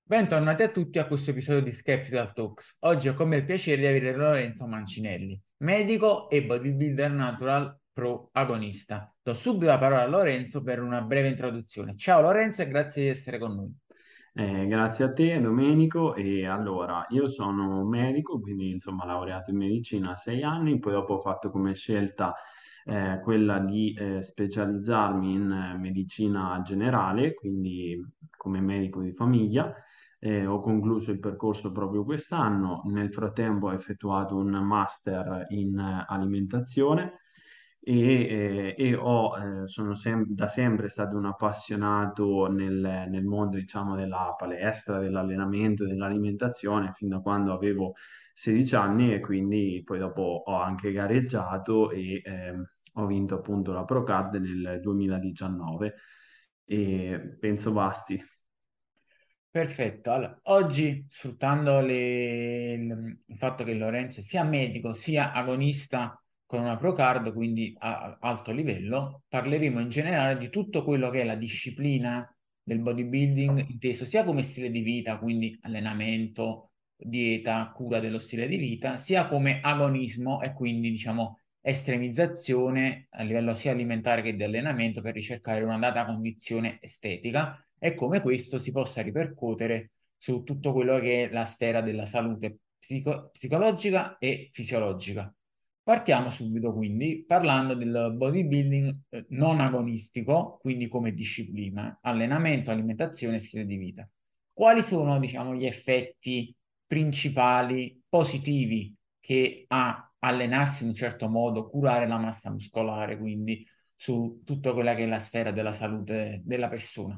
Bentornati a tutti a questo episodio di Skeptical Talks. Oggi ho con me il piacere di avere Lorenzo Mancinelli, medico e bodybuilder natural pro agonista. Do subito la parola a Lorenzo per una breve introduzione. Ciao Lorenzo e grazie di essere con noi. Grazie a te, Domenico. E allora, io sono un medico, quindi insomma laureato in medicina a 6 anni, poi dopo ho fatto come scelta quella di specializzarmi in medicina generale, quindi come medico di famiglia. Ho concluso il percorso proprio quest'anno. Nel frattempo ho effettuato un master in alimentazione sono da sempre stato un appassionato nel mondo, diciamo, della palestra, dell'allenamento, dell'alimentazione, fin da quando avevo 16 anni e quindi poi dopo ho anche gareggiato e ho vinto appunto la Procard nel 2019 e penso basti. Perfetto. Allora, oggi, sfruttando il fatto che Lorenzo sia medico sia agonista con una pro card, quindi a alto livello, parleremo in generale di tutto quello che è la disciplina del bodybuilding, inteso sia come stile di vita, quindi allenamento, dieta, cura dello stile di vita, sia come agonismo e quindi, diciamo, estremizzazione a livello sia alimentare che di allenamento per ricercare una data condizione estetica e come questo si possa ripercuotere su tutto quello che è la sfera della salute psicologica e fisiologica. Partiamo subito quindi parlando del bodybuilding non agonistico, quindi come disciplina, allenamento, alimentazione e stile di vita. Quali sono, diciamo, gli effetti principali positivi che ha allenarsi in un certo modo, curare la massa muscolare, quindi su tutta quella che è la sfera della salute della persona?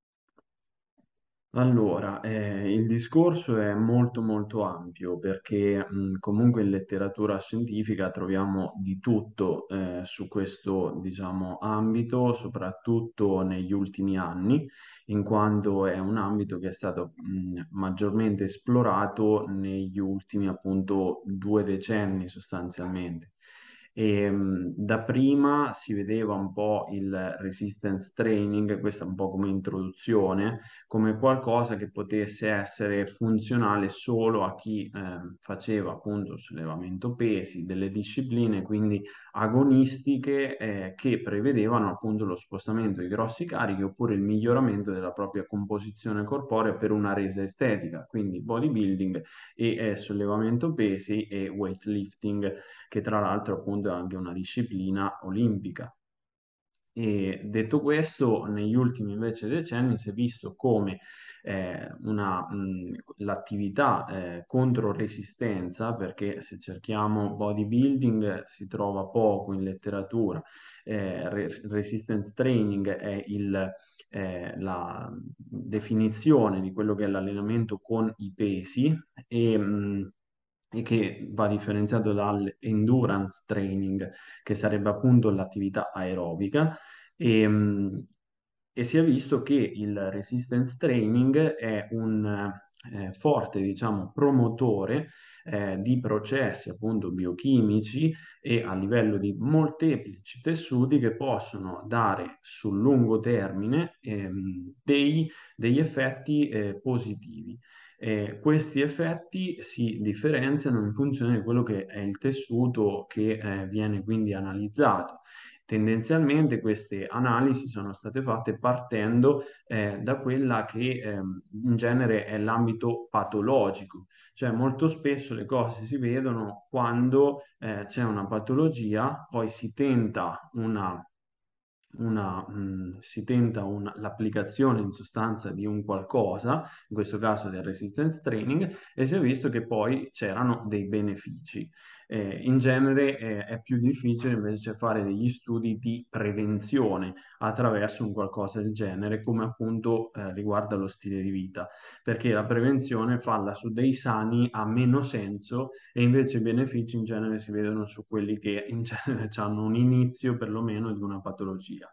Allora, il discorso è molto molto ampio perché comunque in letteratura scientifica troviamo di tutto su questo, diciamo, ambito, soprattutto negli ultimi anni, in quanto è un ambito che è stato maggiormente esplorato negli ultimi appunto 2 decenni sostanzialmente. Da prima si vedeva un po' il resistance training, questa è un po' come introduzione come qualcosa che potesse essere funzionale solo a chi faceva appunto sollevamento pesi, delle discipline quindi agonistiche che prevedevano appunto lo spostamento di grossi carichi oppure il miglioramento della propria composizione corporea per una resa estetica, quindi bodybuilding e sollevamento pesi e weightlifting, che tra l'altro appunto è anche una disciplina olimpica. E detto questo, negli ultimi invece decenni si è visto come l'attività contro resistenza, perché se cerchiamo bodybuilding si trova poco in letteratura, resistance training è la definizione di quello che è l'allenamento con i pesi e che va differenziato dall'endurance training, che sarebbe appunto l'attività aerobica. E, mh, e si è visto che il resistance training è un forte, diciamo, promotore di processi appunto biochimici e a livello di molteplici tessuti che possono dare sul lungo termine degli effetti positivi. Questi effetti si differenziano in funzione di quello che è il tessuto che viene quindi analizzato. Tendenzialmente queste analisi sono state fatte partendo da quella che in genere è l'ambito patologico, cioè molto spesso le cose si vedono quando c'è una patologia, poi l'applicazione in sostanza di un qualcosa, in questo caso del resistance training, e si è visto che poi c'erano dei benefici. In genere è più difficile invece fare degli studi di prevenzione attraverso un qualcosa del genere, come appunto riguarda lo stile di vita, perché la prevenzione falla su dei sani ha meno senso e invece i benefici in genere si vedono su quelli che in genere hanno un inizio perlomeno di una patologia.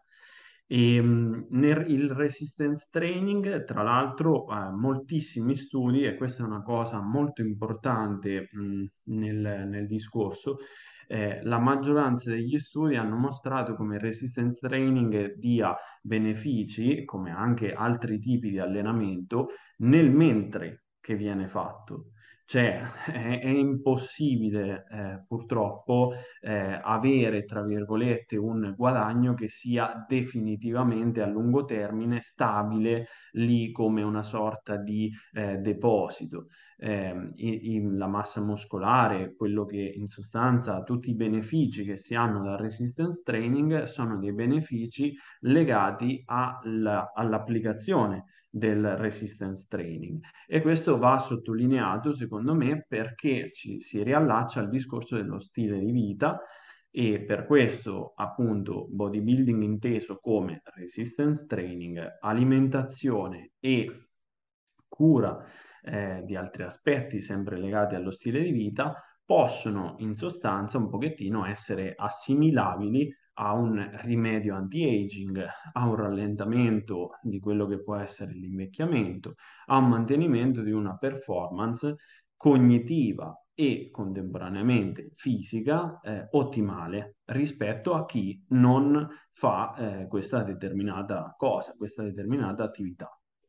Il resistance training, tra l'altro, ha moltissimi studi, e questa è una cosa molto importante nel discorso, la maggioranza degli studi hanno mostrato come il resistance training dia benefici, come anche altri tipi di allenamento, nel mentre che viene fatto. Cioè, è impossibile purtroppo avere, tra virgolette, un guadagno che sia definitivamente a lungo termine stabile lì come una sorta di deposito. La massa muscolare, quello che in sostanza tutti i benefici che si hanno dal resistance training sono dei benefici legati all'applicazione del resistance training. E questo va sottolineato, secondo me, perché si riallaccia al discorso dello stile di vita e per questo, appunto, bodybuilding inteso come resistance training, alimentazione e cura di altri aspetti sempre legati allo stile di vita possono in sostanza un pochettino essere assimilabili a un rimedio anti-aging, a un rallentamento di quello che può essere l'invecchiamento, a un mantenimento di una performance cognitiva e contemporaneamente fisica ottimale rispetto a chi non fa questa determinata cosa, questa determinata attività.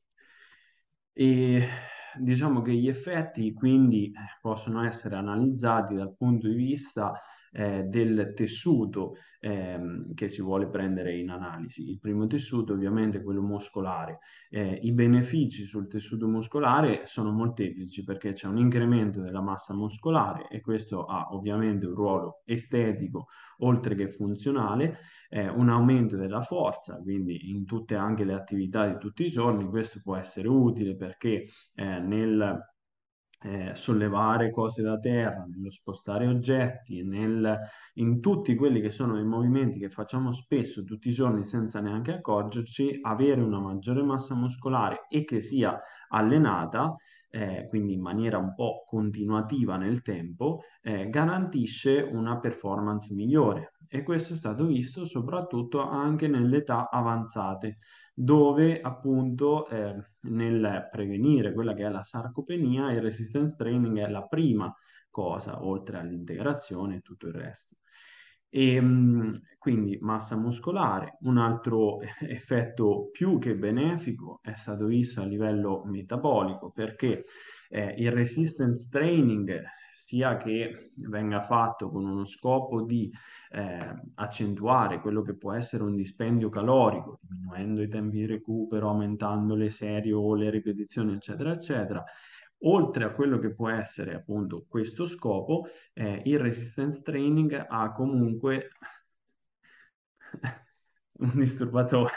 E diciamo che gli effetti quindi possono essere analizzati dal punto di vista del tessuto che si vuole prendere in analisi. Il primo tessuto ovviamente è quello muscolare. I benefici sul tessuto muscolare sono molteplici perché c'è un incremento della massa muscolare e questo ha ovviamente un ruolo estetico oltre che funzionale, un aumento della forza, quindi in tutte anche le attività di tutti i giorni questo può essere utile perché nel sollevare cose da terra, nello spostare oggetti, in tutti quelli che sono i movimenti che facciamo spesso tutti i giorni senza neanche accorgerci, avere una maggiore massa muscolare e che sia allenata, quindi in maniera un po' continuativa nel tempo, garantisce una performance migliore. E questo è stato visto soprattutto anche nelle età avanzate, dove appunto nel prevenire quella che è la sarcopenia, il resistance training è la prima cosa, oltre all'integrazione e tutto il resto. E, quindi massa muscolare, un altro effetto più che benefico è stato visto a livello metabolico perché il resistance training, sia che venga fatto con uno scopo di accentuare quello che può essere un dispendio calorico, diminuendo i tempi di recupero, aumentando le serie o le ripetizioni, eccetera, eccetera. Oltre a quello che può essere appunto questo scopo, il resistance training ha comunque un disturbatore.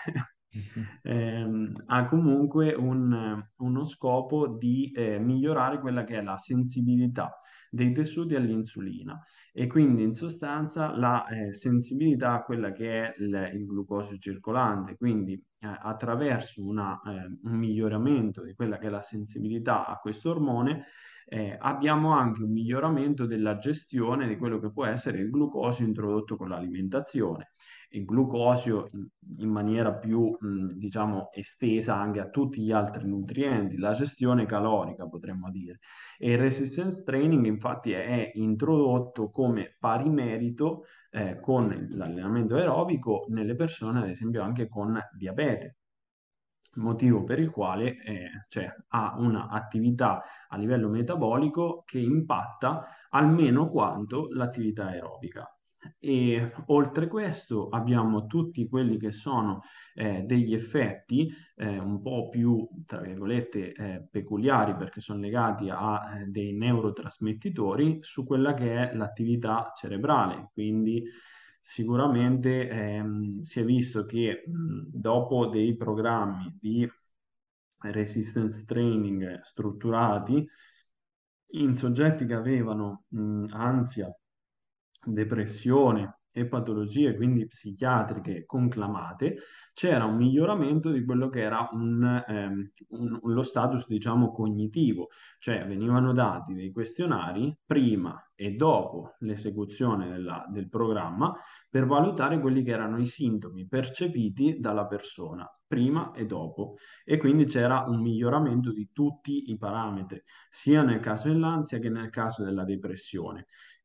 Ha comunque uno scopo di migliorare quella che è la sensibilità dei tessuti all'insulina e quindi in sostanza la sensibilità a quella che è il glucosio circolante, quindi attraverso un miglioramento di quella che è la sensibilità a questo ormone abbiamo anche un miglioramento della gestione di quello che può essere il glucosio introdotto con l'alimentazione. Il glucosio in maniera più, diciamo, estesa anche a tutti gli altri nutrienti, la gestione calorica, potremmo dire. E il resistance training, infatti, è introdotto come pari merito con l'allenamento aerobico nelle persone, ad esempio, anche con diabete motivo per il quale cioè, ha un'attività a livello metabolico che impatta almeno quanto l'attività aerobica. E oltre questo abbiamo tutti quelli che sono degli effetti un po' più, tra virgolette, peculiari perché sono legati a dei neurotrasmettitori su quella che è l'attività cerebrale. Quindi sicuramente si è visto che dopo dei programmi di resistance training strutturati in soggetti che avevano ansia, depressione e patologie quindi psichiatriche conclamate, c'era un miglioramento di quello che era lo status, diciamo, cognitivo, cioè venivano dati dei questionari prima e dopo l'esecuzione del programma per valutare quelli che erano i sintomi percepiti dalla persona prima e dopo e quindi c'era un miglioramento di tutti i parametri sia nel caso dell'ansia che nel caso della depressione.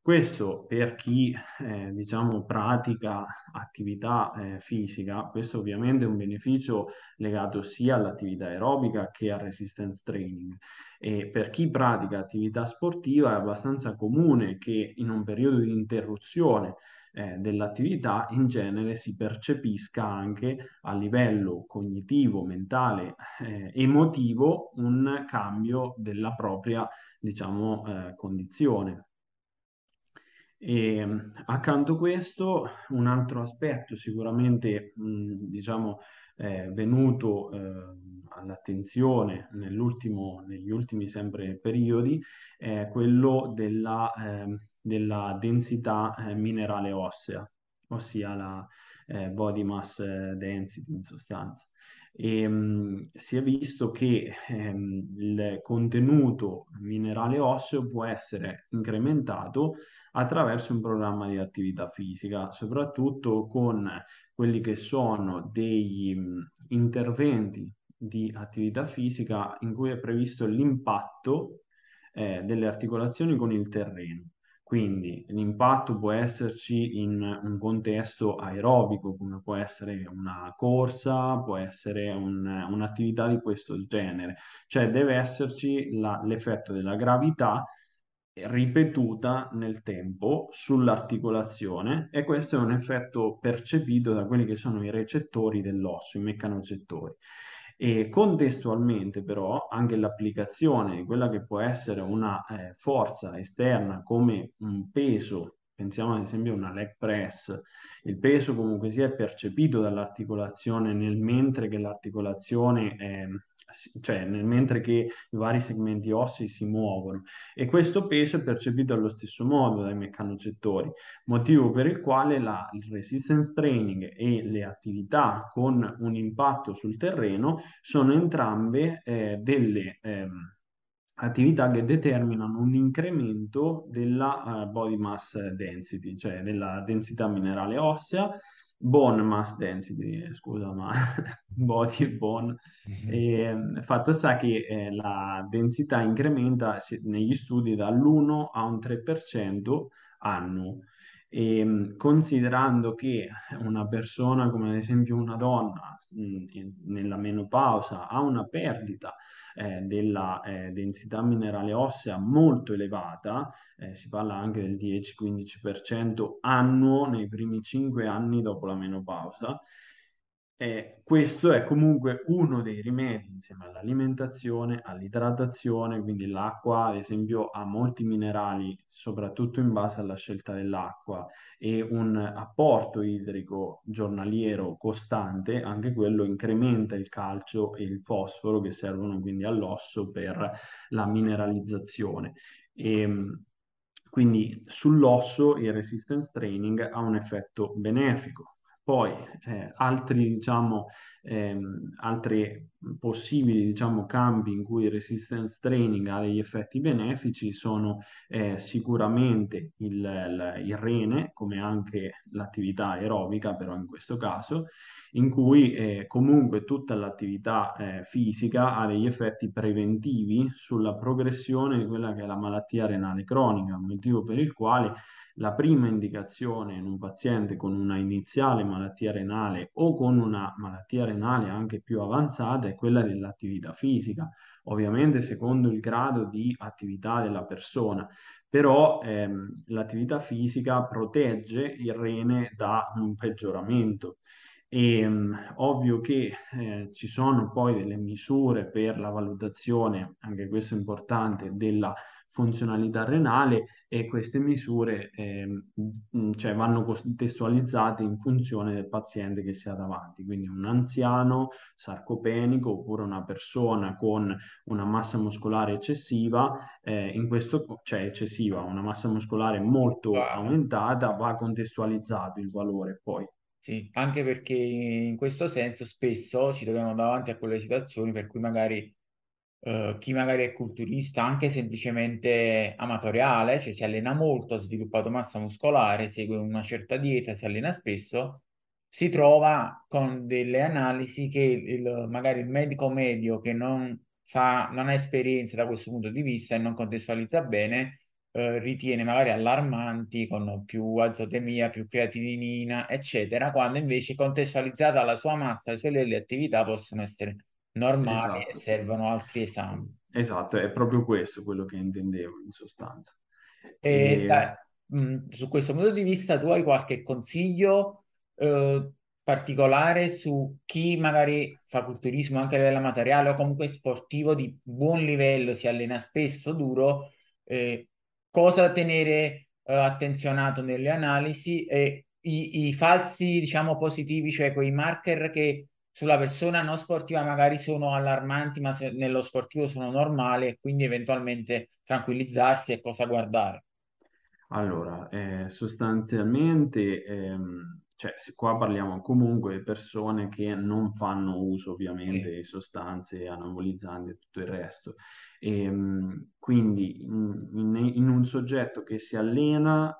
Questo per chi diciamo pratica attività fisica, questo ovviamente è un beneficio legato sia all'attività aerobica che al resistance training. E per chi pratica attività sportiva è abbastanza comune che in un periodo di interruzione dell'attività in genere si percepisca anche a livello cognitivo, mentale, emotivo un cambio della propria, diciamo, condizione. E accanto a questo, un altro aspetto sicuramente, diciamo, venuto all'attenzione negli ultimi sempre periodi è quello della densità minerale ossea, ossia la body mass density in sostanza. E, si è visto che il contenuto minerale osseo può essere incrementato attraverso un programma di attività fisica, soprattutto con quelli che sono degli interventi di attività fisica in cui è previsto l'impatto delle articolazioni con il terreno. Quindi l'impatto può esserci in un contesto aerobico, come può essere una corsa, può essere un'attività di questo genere, cioè deve esserci l'effetto della gravità ripetuta nel tempo sull'articolazione e questo è un effetto percepito da quelli che sono i recettori dell'osso, i meccanocettori. E contestualmente però anche l'applicazione di quella che può essere una forza esterna come un peso, pensiamo ad esempio a una leg press, il peso comunque sia è percepito dall'articolazione nel mentre che l'articolazione cioè nel mentre che i vari segmenti ossei si muovono e questo peso è percepito allo stesso modo dai meccanocettori, motivo per il quale il resistance training e le attività con un impatto sul terreno sono entrambe delle attività che determinano un incremento della body mass density, cioè della densità minerale ossea, bone mass density, scusa, ma body e bone. E, fatto sta che la densità incrementa negli studi dall'1 a un 3% annuo. E, considerando che una persona, come ad esempio una donna, nella menopausa ha una perdita della densità minerale ossea molto elevata, si parla anche del 10-15% annuo nei primi 5 anni dopo la menopausa. Questo è comunque uno dei rimedi insieme all'alimentazione, all'idratazione, quindi l'acqua, ad esempio, ha molti minerali, soprattutto in base alla scelta dell'acqua, e un apporto idrico giornaliero costante, anche quello incrementa il calcio e il fosforo che servono quindi all'osso per la mineralizzazione. E, quindi sull'osso il resistance training ha un effetto benefico. Poi altri, diciamo, altri possibili, diciamo, campi in cui il resistance training ha degli effetti benefici sono sicuramente il rene, come anche l'attività aerobica, però in questo caso, in cui comunque tutta l'attività fisica ha degli effetti preventivi sulla progressione di quella che è la malattia renale cronica, motivo per il quale la prima indicazione in un paziente con una iniziale malattia renale o con una malattia renale anche più avanzata è quella dell'attività fisica, ovviamente secondo il grado di attività della persona, però l'attività fisica protegge il rene da un peggioramento. E ovvio che ci sono poi delle misure per la valutazione, anche questo è importante, della funzionalità renale e queste misure cioè vanno contestualizzate in funzione del paziente che si ha davanti, quindi un anziano sarcopenico oppure una persona con una massa muscolare eccessiva, in questo, cioè eccessiva, una massa muscolare molto Guarda. aumentata, va contestualizzato il valore poi. Sì, anche perché in questo senso spesso ci troviamo davanti a quelle situazioni per cui magari chi magari è culturista, anche semplicemente amatoriale, cioè si allena molto, ha sviluppato massa muscolare, segue una certa dieta, si allena spesso, si trova con delle analisi che magari il medico medio che non sa, non ha esperienza da questo punto di vista e non contestualizza bene, ritiene magari allarmanti con più azotemia, più creatinina, eccetera, quando invece contestualizzata alla sua massa, ai suoi livelli di attività possono essere normali e Esatto, servono altri esami. esatto, è proprio questo quello che intendevo in sostanza. E E dai, su questo punto di vista, tu hai qualche consiglio particolare su chi magari fa culturismo anche a livello materiale o comunque sportivo di buon livello, si allena spesso duro, eh, cosa tenere attenzionato nelle analisi e i falsi, diciamo, positivi, cioè quei marker che sulla persona non sportiva magari sono allarmanti, ma nello sportivo sono normali e quindi eventualmente tranquillizzarsi e cosa guardare. allora, sostanzialmente, cioè, qua parliamo comunque di persone che non fanno uso ovviamente Sì. di sostanze anabolizzanti e tutto il resto. Quindi in un soggetto che si allena,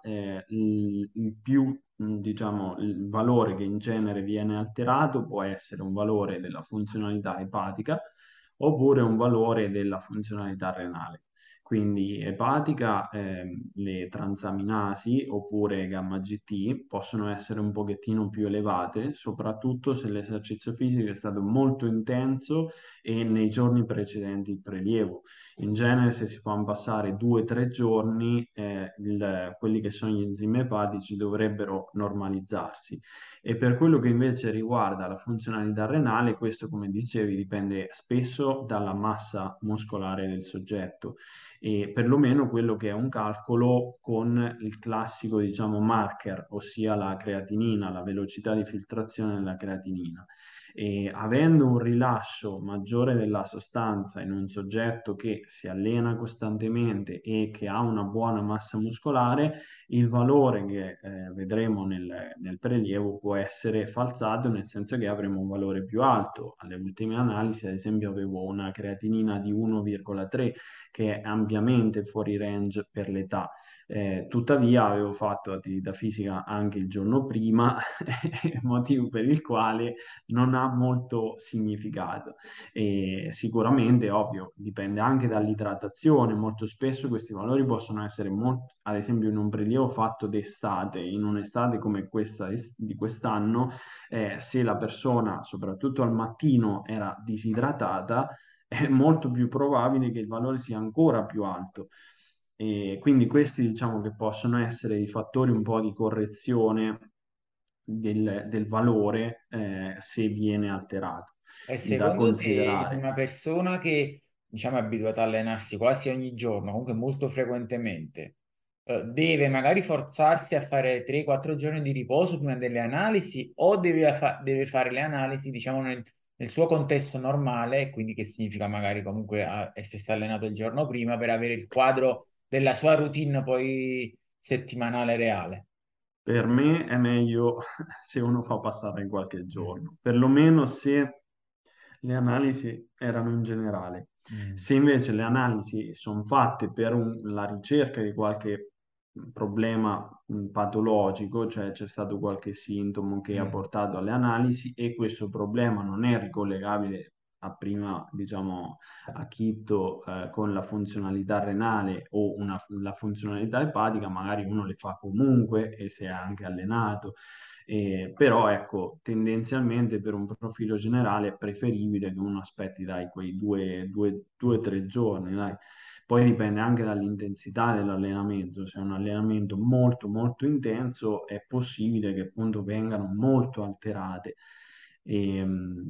il più, diciamo, il valore che in genere viene alterato può essere un valore della funzionalità epatica oppure un valore della funzionalità renale. Quindi epatica, le transaminasi oppure gamma GT possono essere un pochettino più elevate, soprattutto se l'esercizio fisico è stato molto intenso e nei giorni precedenti il prelievo. In genere, se si fanno passare 2 o 3 giorni, quelli che sono gli enzimi epatici dovrebbero normalizzarsi. E per quello che invece riguarda la funzionalità renale, questo, come dicevi, dipende spesso dalla massa muscolare del soggetto e perlomeno quello che è un calcolo con il classico, diciamo, marker, ossia la creatinina, la velocità di filtrazione della creatinina. E avendo un rilascio maggiore della sostanza in un soggetto che si allena costantemente e che ha una buona massa muscolare, il valore che vedremo nel prelievo può essere falsato, nel senso che avremo un valore più alto. Alle ultime analisi, ad esempio, avevo una creatinina di 1,3 che è ampiamente fuori range per l'età. Tuttavia avevo fatto attività fisica anche il giorno prima, motivo per il quale non ha molto significato. E sicuramente, ovvio, dipende anche dall'idratazione. Molto spesso questi valori possono essere, ad esempio, in un prelievo fatto d'estate, in un'estate come questa di quest'anno, se la persona, soprattutto al mattino, era disidratata, è molto più probabile che il valore sia ancora più alto. E quindi questi diciamo che possono essere i fattori un po' di correzione del valore se viene alterato. E Da secondo te considerare. una persona che diciamo è abituata a allenarsi quasi ogni giorno, comunque molto frequentemente, deve magari forzarsi a fare 3-4 giorni di riposo prima delle analisi o deve fare le analisi, diciamo, nel suo contesto normale, quindi che significa magari comunque essersi allenato il giorno prima per avere il quadro della sua routine poi settimanale reale. Per me è meglio se uno fa passare in qualche Mm. giorno, perlomeno se le analisi erano in generale. Mm. Se invece le analisi sono fatte per la ricerca di qualche problema patologico, cioè c'è stato qualche sintomo che ha Mm. portato alle analisi e questo problema non è ricollegabile a prima, diciamo, a Chitto con la funzionalità renale o la funzionalità epatica, magari uno le fa comunque e si è anche allenato. Però ecco, tendenzialmente per un profilo generale è preferibile che uno aspetti dai quei due, Mm. 3 giorni, dai. Poi dipende anche dall'intensità dell'allenamento. Se è un allenamento molto molto intenso, è possibile che appunto vengano molto alterate. E,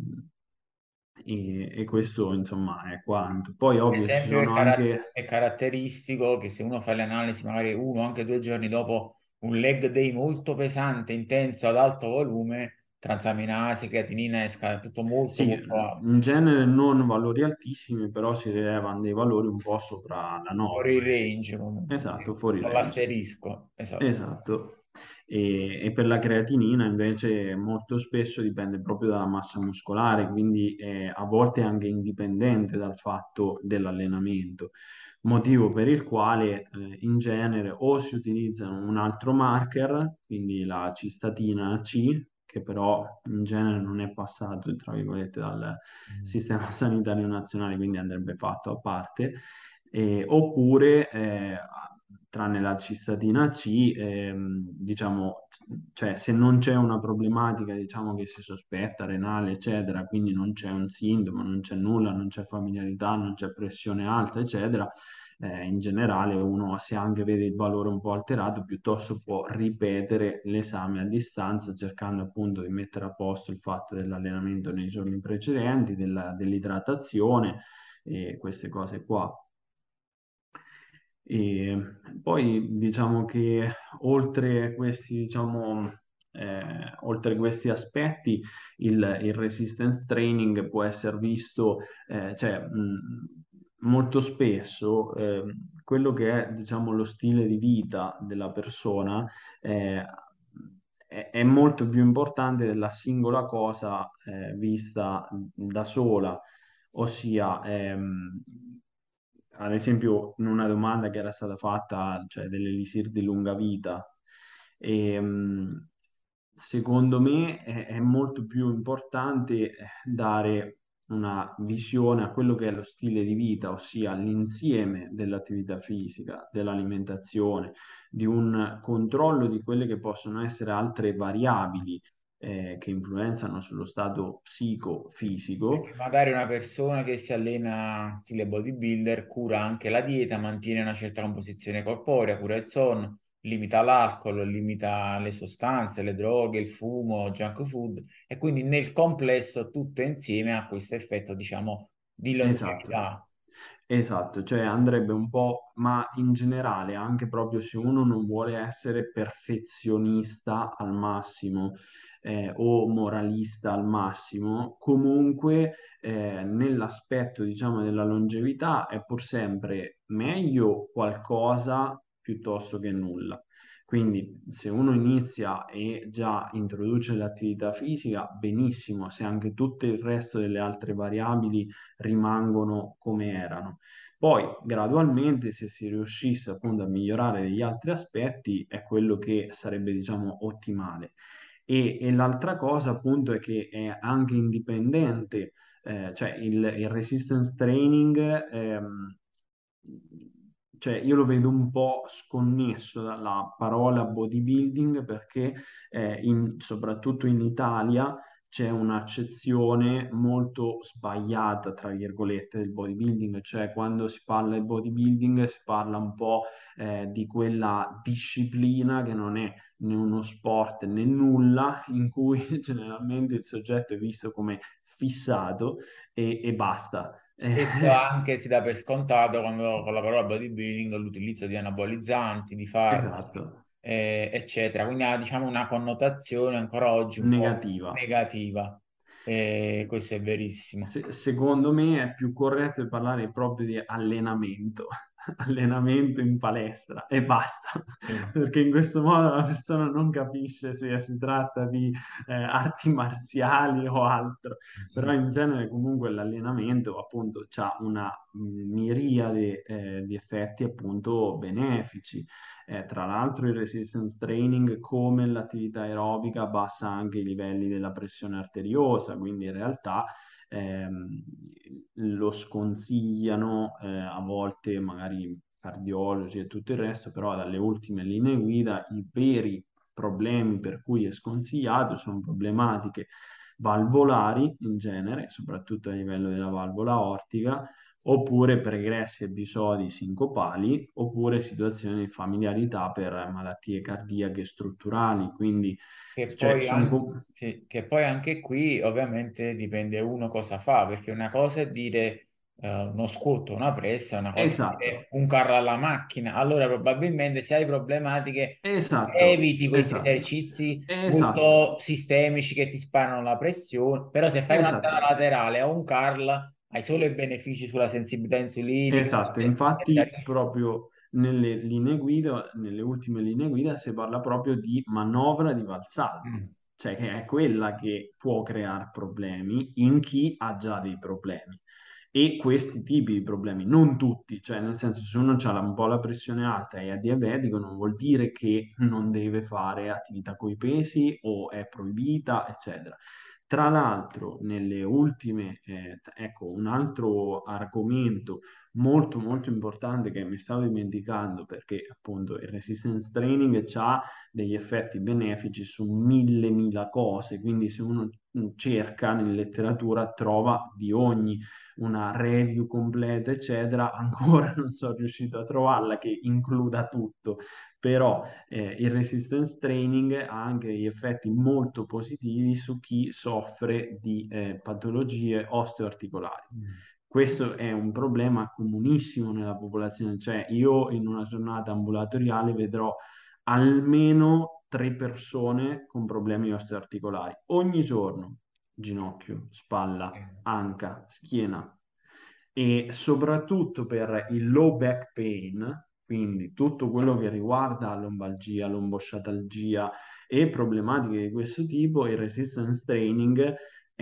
e questo insomma è quanto. Poi Per ovvio ci esempio, sono anche. è caratteristico che se uno fa le analisi, magari 1 o anche 2 giorni dopo un leg day molto pesante, intenso, ad alto volume, transaminasi, creatinina, esca tutto molto, Sì, molto alto, in genere non valori altissimi, però si rilevano dei valori un po' sopra la fuori il norma. range, Esatto, fuori con range. l'asterisco, esatto. Esatto. E per la creatinina invece molto spesso dipende proprio dalla massa muscolare, quindi a volte è anche indipendente dal fatto dell'allenamento, motivo per il quale in genere o si utilizza un altro marker, quindi la cistatina C, che però in genere non è passato, tra virgolette, dal Mm. sistema sanitario nazionale, quindi andrebbe fatto a parte, oppure tranne la cistatina C, diciamo, cioè se non c'è una problematica, diciamo, che si sospetta renale, eccetera, quindi non c'è un sintomo, non c'è nulla, non c'è familiarità, non c'è pressione alta, eccetera, in generale uno, se anche vede il valore un po' alterato, piuttosto può ripetere l'esame a distanza, cercando appunto di mettere a posto il fatto dell'allenamento nei giorni precedenti, dell'idratazione e queste cose qua. E poi diciamo che oltre questi, diciamo, oltre questi aspetti, il resistance training può essere visto, cioè, molto spesso, quello che è, diciamo, lo stile di vita della persona, eh, è molto più importante della singola cosa, vista da sola, ossia, ad esempio, in una domanda che era stata fatta, cioè dell'elisir di lunga vita, e, secondo me è molto più importante dare una visione a quello che è lo stile di vita, ossia l'insieme dell'attività fisica, dell'alimentazione, di un controllo di quelle che possono essere altre variabili che influenzano sullo stato Sì, psicofisico. perché magari una persona che si allena stile bodybuilder cura anche la dieta, mantiene una certa composizione corporea, cura il sonno, limita l'alcol, limita le sostanze, le droghe, il fumo, junk food e quindi nel complesso tutto insieme ha questo effetto, diciamo, di Esatto. longevità. Esatto, cioè andrebbe un po', ma in generale, anche proprio se uno non vuole essere perfezionista al massimo, o moralista al massimo, comunque nell'aspetto, diciamo, della longevità è pur sempre meglio qualcosa piuttosto che nulla. Quindi se uno inizia e già introduce l'attività fisica, benissimo, se anche tutto il resto delle altre variabili rimangono come erano. Poi, gradualmente, se si riuscisse appunto a migliorare degli altri aspetti, è quello che sarebbe, diciamo, ottimale. E l'altra cosa, appunto, è che è anche indipendente, cioè il resistance training, cioè io lo vedo un po' sconnesso dalla parola bodybuilding perché soprattutto in Italia c'è un'accezione molto sbagliata, tra virgolette, del bodybuilding, cioè quando si parla di bodybuilding si parla un po' di quella disciplina che non è né uno sport né nulla, in cui generalmente il soggetto è visto come fissato e basta. Spesso anche si dà per scontato quando con la parola bodybuilding l'utilizzo di anabolizzanti, di farmaci, Esatto, eccetera. Quindi ha diciamo una connotazione ancora oggi un po' negativa. negativa. Questo è verissimo. Secondo me è più corretto parlare proprio di allenamento, allenamento in palestra e basta, Sì. perché in questo modo la persona non capisce se si tratta di arti marziali o altro, però in genere comunque l'allenamento appunto ha una miriade di effetti appunto benefici. Tra l'altro il resistance training, come l'attività aerobica, abbassa anche i livelli della pressione arteriosa, quindi in realtà ehm, lo sconsigliano a volte magari cardiologi e tutto il resto, però dalle ultime linee guida i veri problemi per cui è sconsigliato sono problematiche valvolari in genere, soprattutto a livello della valvola aortica, oppure pregressi episodi sincopali, oppure situazioni di familiarità per malattie cardiache strutturali. Quindi, Che cioè, poi, sono... sì, che poi anche qui ovviamente dipende uno cosa fa, perché una cosa è dire uno squat, una pressa, una cosa è Esatto, dire un carro alla macchina. Allora probabilmente se hai problematiche esatto, eviti questi esatto, esercizi esatto, molto sistemici che ti sparano la pressione, però se fai una zona esatto. laterale o un curl hai solo i benefici sulla sensibilità insulinica, Esatto, senza infatti rischi. proprio nelle linee guida, nelle ultime linee guida si parla proprio di manovra di Valsalva, Mm. cioè che è quella che può creare problemi in chi ha già dei problemi. E questi tipi di problemi, non tutti, cioè nel senso se uno ha un po' la pressione alta e è diabetico non vuol dire che non deve fare attività coi pesi o è proibita, eccetera. Tra l'altro, nelle ultime, ecco, un altro argomento molto molto importante che mi stavo dimenticando, perché appunto il resistance training ha degli effetti benefici su mille cose, quindi se uno cerca in letteratura trova di ogni, una review completa, eccetera, ancora non sono riuscito a trovarla che includa tutto, però il resistance training ha anche degli effetti molto positivi su chi soffre di patologie osteoarticolari. Mm. Questo è un problema comunissimo nella popolazione, cioè io in una giornata ambulatoriale vedrò almeno 3 persone con problemi osteoarticolari ogni giorno, ginocchio, spalla, anca, schiena, e soprattutto per il low back pain, quindi tutto quello che riguarda lombalgia, lombosciatalgia e problematiche di questo tipo, il resistance training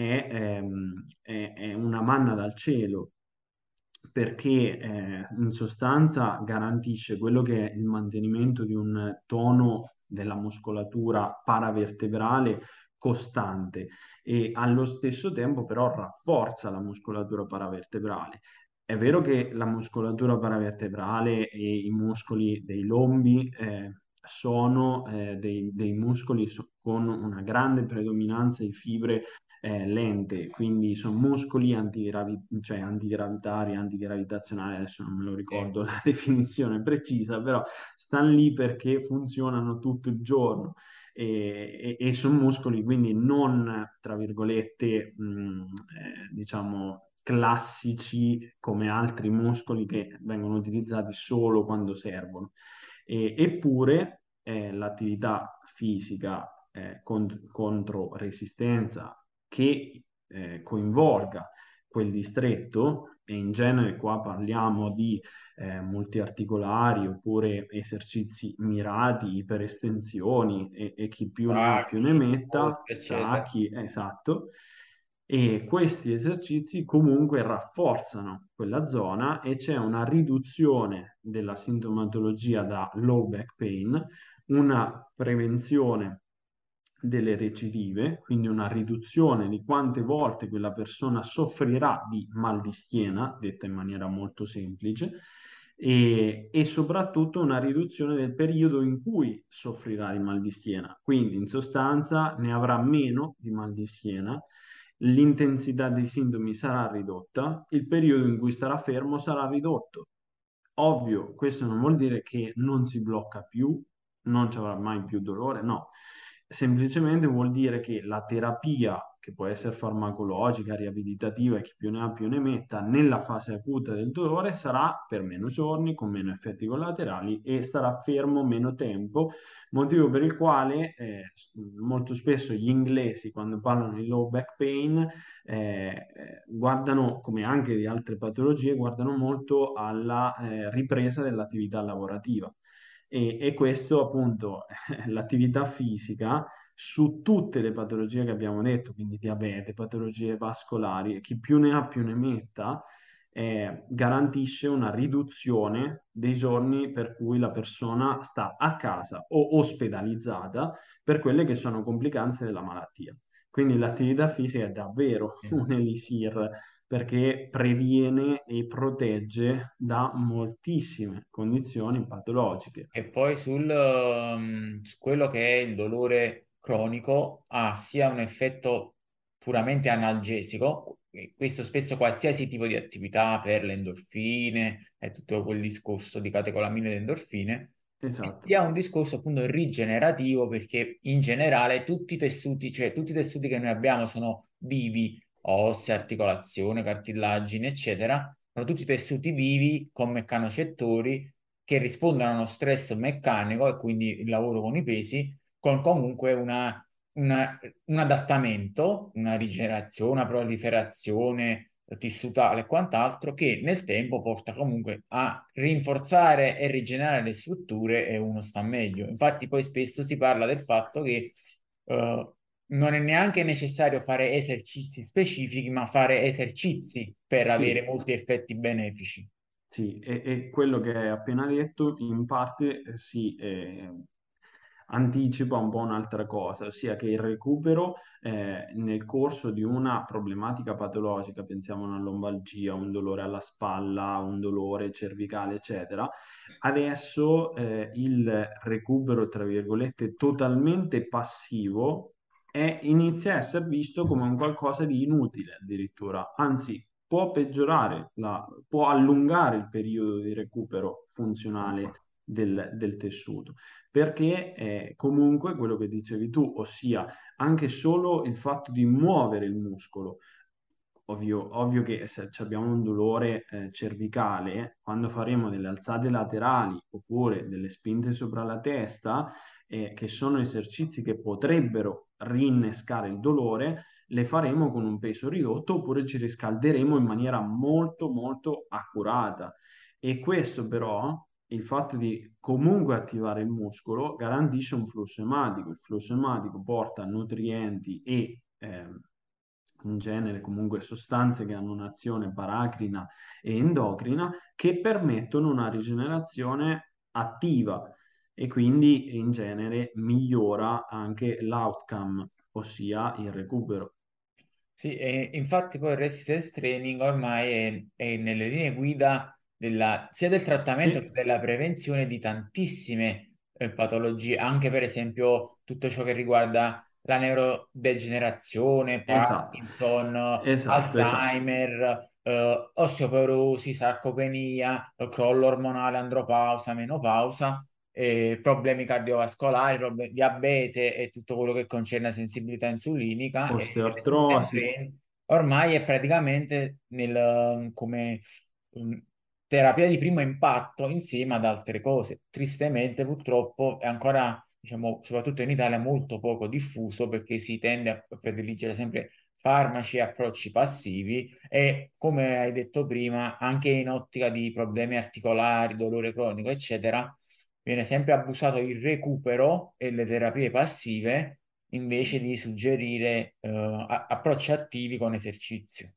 è una manna dal cielo, perché in sostanza garantisce quello che è il mantenimento di un tono della muscolatura paravertebrale costante e allo stesso tempo però rafforza la muscolatura paravertebrale. È vero che la muscolatura paravertebrale e i muscoli dei lombi sono dei muscoli con una grande predominanza di fibre lente, quindi sono muscoli cioè antigravitari, antigravitazionali, adesso non me lo Sì. ricordo la definizione precisa, però stanno lì perché funzionano tutto il giorno e sono muscoli quindi non, tra virgolette, diciamo classici come altri muscoli che vengono utilizzati solo quando servono. Eppure l'attività fisica contro resistenza che coinvolga quel distretto, e in genere qua parliamo di multiarticolari oppure esercizi mirati, iperestensioni e chi più ne ha più ne Sacchi, metta, eccetera. stacchi, esatto. E questi esercizi comunque rafforzano quella zona e c'è una riduzione della sintomatologia da low back pain, una prevenzione delle recidive, quindi una riduzione di quante volte quella persona soffrirà di mal di schiena, detta in maniera molto semplice, e soprattutto una riduzione del periodo in cui soffrirà di mal di schiena. Quindi in sostanza ne avrà meno di mal di schiena, l'intensità dei sintomi sarà ridotta, il periodo in cui starà fermo sarà ridotto. Ovvio, questo non vuol dire che non si blocca più, non ci avrà mai più dolore, no. Semplicemente vuol dire che la terapia, che può essere farmacologica, riabilitativa e chi più ne ha più ne metta, nella fase acuta del dolore sarà per meno giorni, con meno effetti collaterali e starà fermo meno tempo, motivo per il quale molto spesso gli inglesi, quando parlano di low back pain, guardano, come anche di altre patologie, guardano molto alla ripresa dell'attività lavorativa. E questo appunto, l'attività fisica su tutte le patologie che abbiamo detto, quindi diabete, patologie vascolari, e chi più ne ha più ne metta, garantisce una riduzione dei giorni per cui la persona sta a casa o ospedalizzata per quelle che sono complicanze della malattia. Quindi l'attività fisica è davvero un elisir perché previene e protegge da moltissime condizioni patologiche. E poi su quello che è il dolore cronico ha sia un effetto puramente analgesico, e questo spesso qualsiasi tipo di attività per le endorfine e tutto quel discorso di catecolamine ed endorfine, e Esatto, sia un discorso appunto rigenerativo perché in generale tutti i tessuti, cioè tutti i tessuti che noi abbiamo sono vivi, ossa, articolazione, cartilagine, eccetera, sono tutti tessuti vivi con meccanocettori che rispondono a uno stress meccanico e quindi il lavoro con i pesi, con comunque un adattamento, una rigenerazione, una proliferazione tissutale e quant'altro che nel tempo porta comunque a rinforzare e rigenerare le strutture e uno sta meglio. Infatti poi spesso si parla del fatto che non è neanche necessario fare esercizi specifici, ma fare esercizi per avere sì. molti effetti benefici. Sì, e quello che hai appena detto in parte sì, anticipa un po' un'altra cosa, ossia che il recupero nel corso di una problematica patologica, pensiamo a una lombalgia, un dolore alla spalla, un dolore cervicale, eccetera, adesso il recupero, tra virgolette, totalmente passivo inizia a essere visto come un qualcosa di inutile addirittura, anzi può peggiorare, può allungare il periodo di recupero funzionale del tessuto, perché comunque quello che dicevi tu, ossia anche solo il fatto di muovere il muscolo. Ovvio che se abbiamo un dolore cervicale, quando faremo delle alzate laterali oppure delle spinte sopra la testa, che sono esercizi che potrebbero rinnescare il dolore, le faremo con un peso ridotto oppure ci riscalderemo in maniera molto molto accurata. E questo però, il fatto di comunque attivare il muscolo, garantisce un flusso ematico. Il flusso ematico porta nutrienti e in genere comunque sostanze che hanno un'azione paracrina e endocrina che permettono una rigenerazione attiva e quindi in genere migliora anche l'outcome, ossia il recupero. Sì, e infatti poi il resistance training ormai è nelle linee guida sia del trattamento che Sì, della prevenzione di tantissime patologie, anche per esempio tutto ciò che riguarda la neurodegenerazione, esatto, Parkinson, esatto, esatto. Alzheimer, osteoporosi, sarcopenia, crollo ormonale, andropausa, menopausa, problemi cardiovascolari, diabete e tutto quello che concerne la sensibilità insulinica e il resistant Osteoartrosi, training ormai è praticamente come terapia di primo impatto insieme ad altre cose. Tristemente, purtroppo, è ancora, diciamo, soprattutto in Italia, molto poco diffuso perché si tende a prediligere sempre farmaci e approcci passivi e, come hai detto prima, anche in ottica di problemi articolari, dolore cronico, eccetera, viene sempre abusato il recupero e le terapie passive invece di suggerire approcci attivi con esercizio.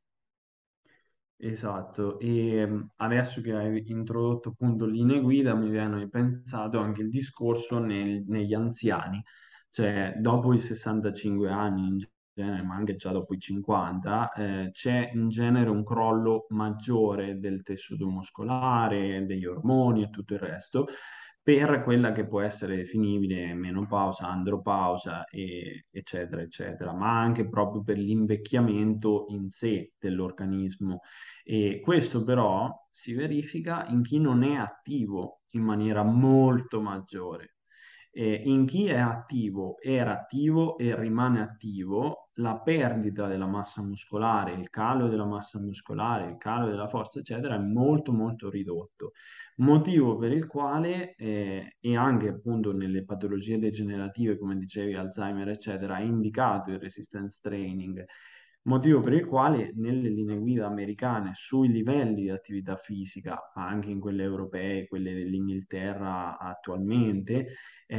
esatto. E adesso che hai introdotto appunto linee guida, mi viene pensato anche il discorso negli anziani, cioè dopo i 65 anni in genere, ma anche già dopo i 50, c'è in genere un crollo maggiore del tessuto muscolare, degli ormoni e tutto il resto, per quella che può essere definibile menopausa, andropausa, eccetera, eccetera, ma anche proprio per l'invecchiamento in sé dell'organismo. E questo però si verifica in chi non è attivo in maniera molto maggiore. In chi è attivo, era attivo e rimane attivo, la perdita della massa muscolare, il calo della massa muscolare, il calo della forza, eccetera, è molto molto ridotto. Motivo per il quale, e anche appunto nelle patologie degenerative, come dicevi, Alzheimer, eccetera, è indicato il resistance training. Motivo per il quale nelle linee guida americane sui livelli di attività fisica, ma anche in quelle europee, quelle dell'Inghilterra attualmente,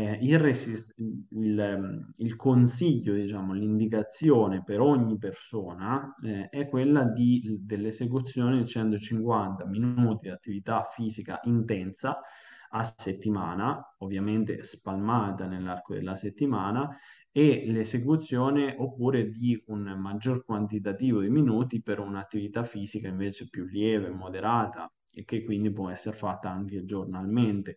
il consiglio, diciamo, l'indicazione per ogni persona è quella dell'esecuzione di 150 minuti di attività fisica intensa a settimana, ovviamente spalmata nell'arco della settimana, e l'esecuzione oppure di un maggior quantitativo di minuti per un'attività fisica invece più lieve, moderata e che quindi può essere fatta anche giornalmente.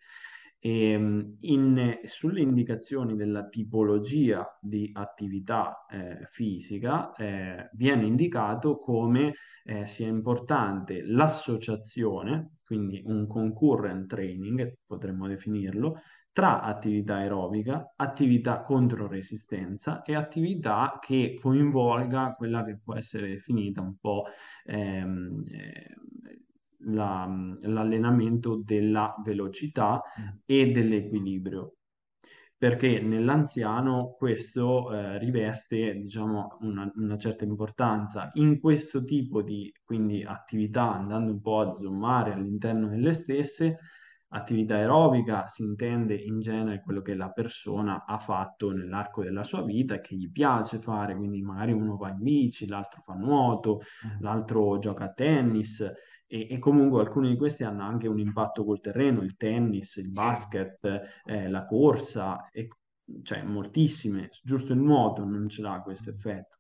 Sulle indicazioni della tipologia di attività fisica viene indicato come sia importante l'associazione, quindi un concurrent training, potremmo definirlo, tra attività aerobica, attività contro resistenza e attività che coinvolga quella che può essere definita un po' ehm, eh, l'allenamento della velocità Mm. e dell'equilibrio. Perché nell'anziano questo riveste, diciamo, una certa importanza. In questo tipo di quindi, attività, andando un po' a zoomare all'interno delle stesse, attività aerobica si intende in genere quello che la persona ha fatto nell'arco della sua vita e che gli piace fare, quindi magari uno va in bici, l'altro fa nuoto, Mm. l'altro gioca a tennis e comunque alcuni di questi hanno anche un impatto col terreno, il tennis, il Sì. basket, la corsa. cioè moltissime, giusto il nuoto non ce l'ha questo effetto.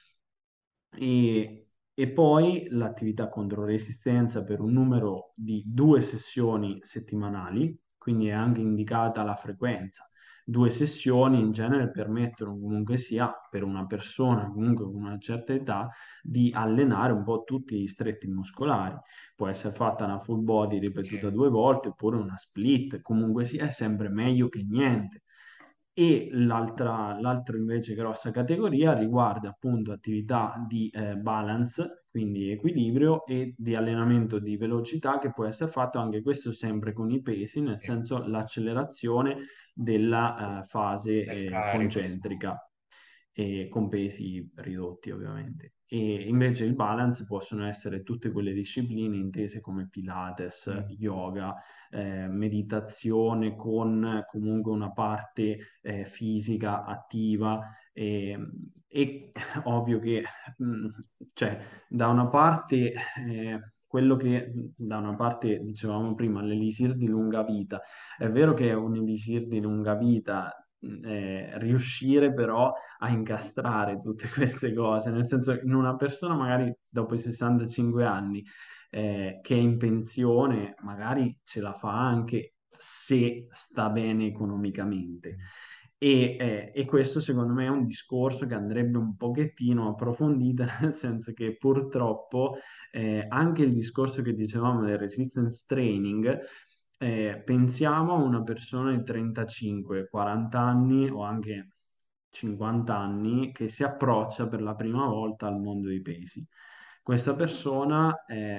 E poi l'attività contro resistenza per un numero di 2 sessioni settimanali, quindi è anche indicata la frequenza. 2 sessioni in genere permettono comunque sia per una persona comunque con una certa età di allenare un po' tutti gli stretti muscolari. Può essere fatta una full body Sì. ripetuta 2 volte oppure una split, comunque sia è sempre meglio che niente. E l'altra invece grossa categoria riguarda appunto attività di balance, quindi equilibrio e di allenamento di velocità che può essere fatto anche questo sempre con i pesi, nel Sì. senso l'accelerazione della fase Del carico, sì. concentrica e con pesi ridotti ovviamente. E invece il balance possono essere tutte quelle discipline intese come Pilates, Mm. yoga, meditazione con comunque una parte fisica attiva e ovvio che mh, cioè, da una parte quello che da una parte dicevamo prima, l'elisir di lunga vita, è vero che è un elisir di lunga vita. Riuscire però a incastrare tutte queste cose, nel senso in una persona magari dopo i 65 anni che è in pensione, magari ce la fa anche se sta bene economicamente. E questo secondo me è un discorso che andrebbe un pochettino approfondito, nel senso che purtroppo anche il discorso che dicevamo del resistance training, pensiamo a una persona di 35, 40 anni o anche 50 anni che si approccia per la prima volta al mondo dei pesi. Questa persona,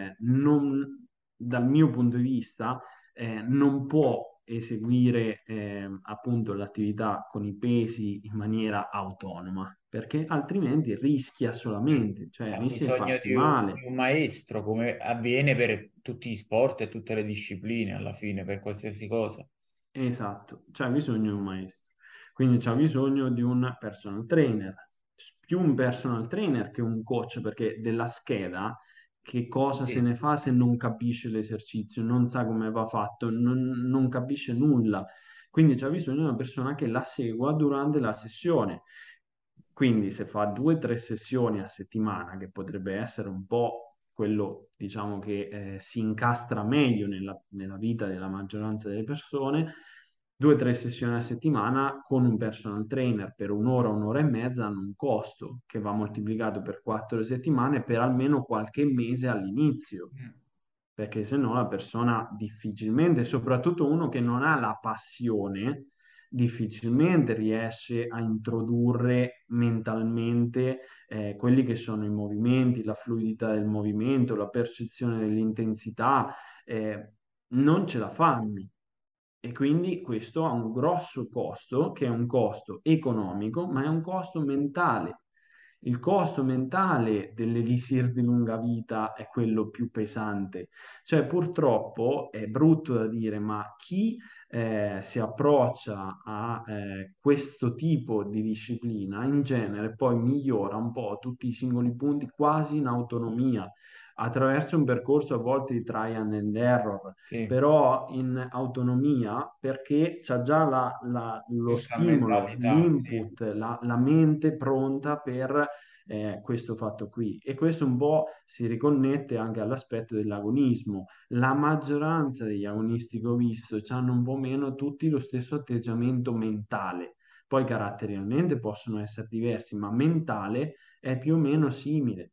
dal mio punto di vista, non può eseguire appunto l'attività con i pesi in maniera autonoma, perché altrimenti rischia Mm. solamente, cioè Ha rischia di bisogno farsi di male. un maestro, come avviene per tutti gli sport e tutte le discipline, alla fine, per qualsiasi cosa. Esatto, c'ha bisogno di un maestro, quindi c'ha bisogno di un personal trainer, più un personal trainer che un coach, perché della scheda che cosa se Sì. ne fa se non capisce l'esercizio, non sa come va fatto, non capisce nulla. Quindi c'ha bisogno di una persona che la segua durante la sessione. Quindi se fa 2 o 3 sessioni a settimana, che potrebbe essere un po' quello, diciamo, che si incastra meglio nella vita della maggioranza delle persone, 2 o 3 sessioni a settimana con un personal trainer per un'ora, un'ora e mezza hanno un costo che va moltiplicato per 4 settimane per almeno qualche mese all'inizio, Mm. perché se no la persona difficilmente, soprattutto uno che non ha la passione, difficilmente riesce a introdurre mentalmente quelli che sono i movimenti, la fluidità del movimento, la percezione dell'intensità, non ce la fanno. E quindi questo ha un grosso costo, che è un costo economico, ma è un costo mentale. Il costo mentale dell'elisir di lunga vita è quello più pesante. Cioè, purtroppo è brutto da dire, ma chi si approccia a questo tipo di disciplina in genere poi migliora un po' tutti i singoli punti quasi in autonomia, attraverso un percorso a volte di trial and error Sì, però in autonomia perché c'ha già lo giusta stimolo, mentalità, sì. l'input, la mente pronta per questo fatto qui. E questo un po' si riconnette anche all'aspetto dell'agonismo. La maggioranza degli agonisti che ho visto hanno un po' meno tutti lo stesso atteggiamento mentale. Poi caratterialmente possono essere diversi, ma mentale è più o meno simile.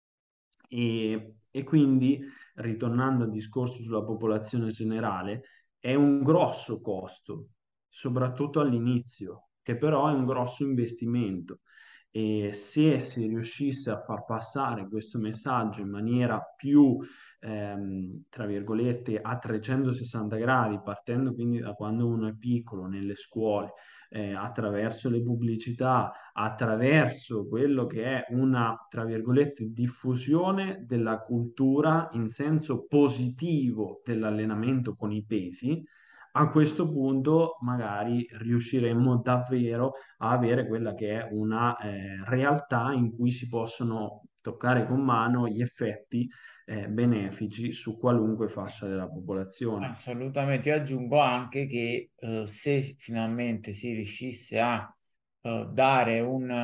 E quindi, ritornando al discorso sulla popolazione generale, è un grosso costo, soprattutto all'inizio, che però è un grosso investimento. E se si riuscisse a far passare questo messaggio in maniera più, tra virgolette, a 360 gradi, partendo quindi da quando uno è piccolo nelle scuole, attraverso le pubblicità, attraverso quello che è una, tra virgolette, diffusione della cultura in senso positivo dell'allenamento con i pesi, a questo punto magari riusciremmo davvero a avere quella che è una realtà in cui si possono toccare con mano gli effetti benefici su qualunque fascia della popolazione. Assolutamente, io aggiungo anche che se finalmente si riuscisse a dare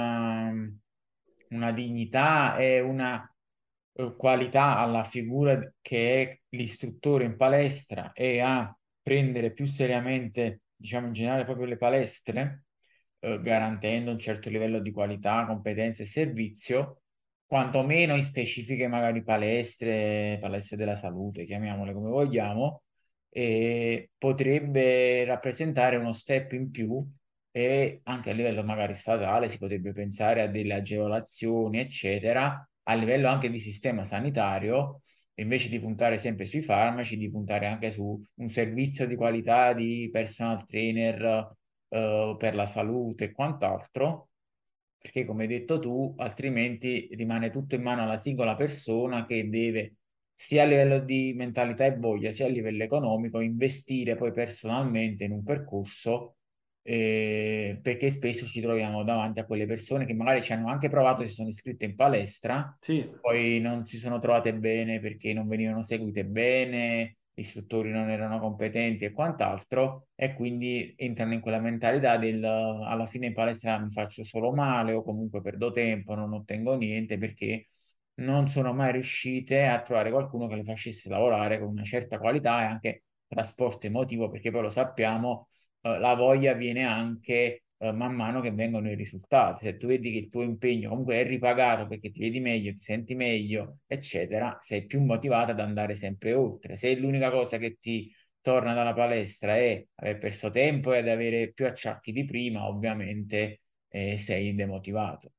una dignità e una qualità alla figura che è l'istruttore in palestra e a prendere più seriamente, diciamo in generale, proprio le palestre, garantendo un certo livello di qualità, competenza e servizio, quantomeno in specifiche magari palestre, palestre della salute, chiamiamole come vogliamo, potrebbe rappresentare uno step in più e anche a livello magari statale si potrebbe pensare a delle agevolazioni, eccetera, a livello anche di sistema sanitario, invece di puntare sempre sui farmaci, di puntare anche su un servizio di qualità di personal trainer per la salute e quant'altro, perché come hai detto tu, altrimenti rimane tutto in mano alla singola persona che deve, sia a livello di mentalità e voglia, sia a livello economico, investire poi personalmente in un percorso, perché spesso ci troviamo davanti a quelle persone che magari ci hanno anche provato, si sono iscritte in palestra, Sì, poi non si sono trovate bene perché non venivano seguite bene, gli istruttori non erano competenti e quant'altro, e quindi entrano in quella mentalità del alla fine in palestra mi faccio solo male o comunque perdo tempo, non ottengo niente perché non sono mai riuscite a trovare qualcuno che le facesse lavorare con una certa qualità e anche trasporto emotivo, perché poi lo sappiamo, la voglia viene anche man mano che vengono i risultati. Se tu vedi che il tuo impegno comunque è ripagato perché ti vedi meglio, ti senti meglio, eccetera, sei più motivata ad andare sempre oltre. Se l'unica cosa che ti torna dalla palestra è aver perso tempo e ad avere più acciacchi di prima, ovviamente sei demotivato.